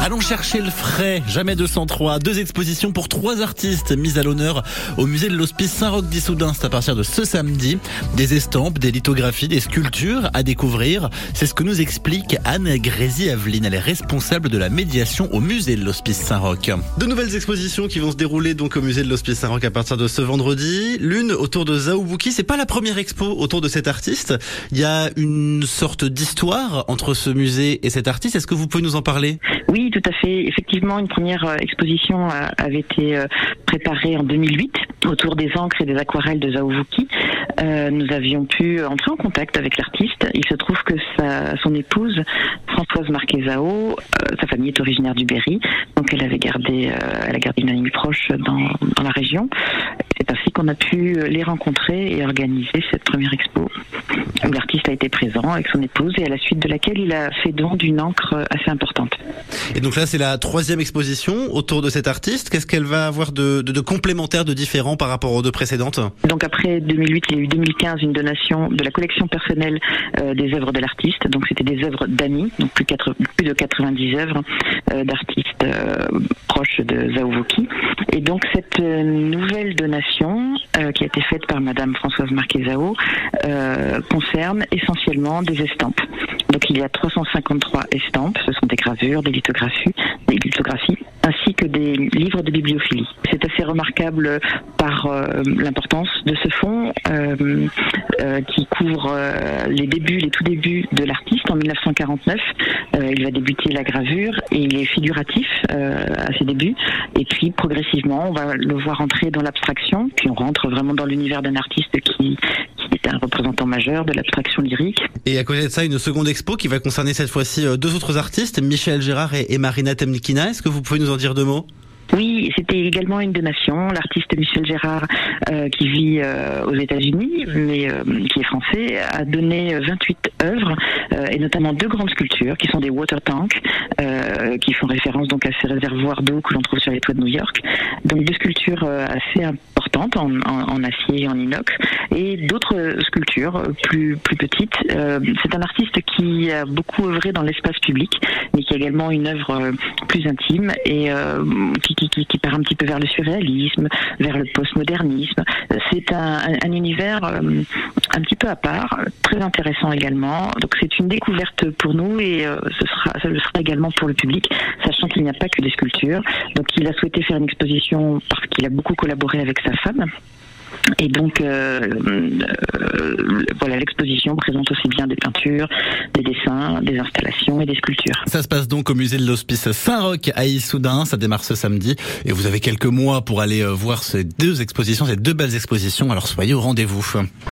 Allons chercher le frais, jamais 203. 2 expositions pour 3 artistes mises à l'honneur au musée de l'Hospice Saint-Roch d'Issoudun. C'est à partir de ce samedi. Des estampes, des lithographies, des sculptures à découvrir. C'est ce que nous explique Anne Grésy-Aveline. Elle est responsable de la médiation au musée de l'Hospice Saint-Roch. 2 nouvelles expositions qui vont se dérouler donc au musée de l'Hospice Saint-Roch à partir de ce vendredi. L'une autour de Zao Bouki. C'est pas la première expo autour de cet artiste. Il y a une sorte d'histoire entre ce musée et cet artiste. Est-ce que vous pouvez nous en parler ? Oui, tout à fait. Effectivement, une première exposition avait été préparée en 2008 autour des encres et des aquarelles de Zao Bouki. Nous avions pu entrer en contact avec l'artiste. Il se trouve que son épouse, Françoise Marquet-Zao, sa famille est originaire du Berry, donc elle a gardé une amie proche dans la région. C'est ainsi qu'on a pu les rencontrer et organiser cette première expo où l'artiste a été présent avec son épouse et à la suite de laquelle il a fait don d'une encre assez importante. Et donc là, c'est la 3e exposition autour de cet artiste. Qu'est-ce qu'elle va avoir de complémentaire, de différent par rapport aux 2 précédentes ? Donc après 2008, il y a eu 2015 une donation de la collection personnelle des œuvres de l'artiste. Donc c'était des œuvres d'amis, donc plus de 90 œuvres d'artistes proches de Zao Bouki. Et donc cette nouvelle donation qui a été faite par Madame Françoise Marquet-Zao concerne essentiellement des estampes. Donc il y a 353 estampes, ce sont des gravures, des lithographies, ainsi que des livres de bibliophilie. C'est assez remarquable par l'importance de ce fonds qui couvre les tout débuts de l'artiste en 1949. Il va débuter la gravure et il est figuratif à ses débuts. Et puis progressivement, on va le voir entrer dans l'abstraction. Puis on rentre vraiment dans l'univers d'un artiste qui est un représentant majeur de l'abstraction lyrique. Et à côté de ça, une seconde expo qui va concerner cette fois-ci 2 autres artistes, Michel Gérard et Marina Temnikina. Est-ce que vous pouvez nous en dire 2 mots ? Oui, c'était également une donation. L'artiste Michel Gérard, qui vit aux États-Unis, mais qui est français, a donné 28 œuvres, et notamment 2 grandes sculptures qui sont des water tanks, qui font référence donc à ces réservoirs d'eau que l'on trouve sur les toits de New York. Donc 2 sculptures assez importantes en acier et en inox, et d'autres sculptures plus petites. C'est un artiste qui a beaucoup œuvré dans l'espace public, mais qui a également une œuvre plus intime et qui part un petit peu vers le surréalisme, vers le postmodernisme. C'est un univers un petit peu à part, très intéressant également. Donc c'est une découverte pour nous et ça le sera également pour le public, sachant qu'il n'y a pas que des sculptures. Donc il a souhaité faire une exposition parce qu'il a beaucoup collaboré avec sa femme. Et donc voilà, l'exposition présente aussi bien des peintures, des dessins, des installations et des sculptures. Ça se passe donc au musée de l'Hospice Saint-Roch à Issoudun, ça démarre ce samedi et vous avez quelques mois pour aller voir ces 2 expositions, ces 2 belles expositions, alors soyez au rendez-vous.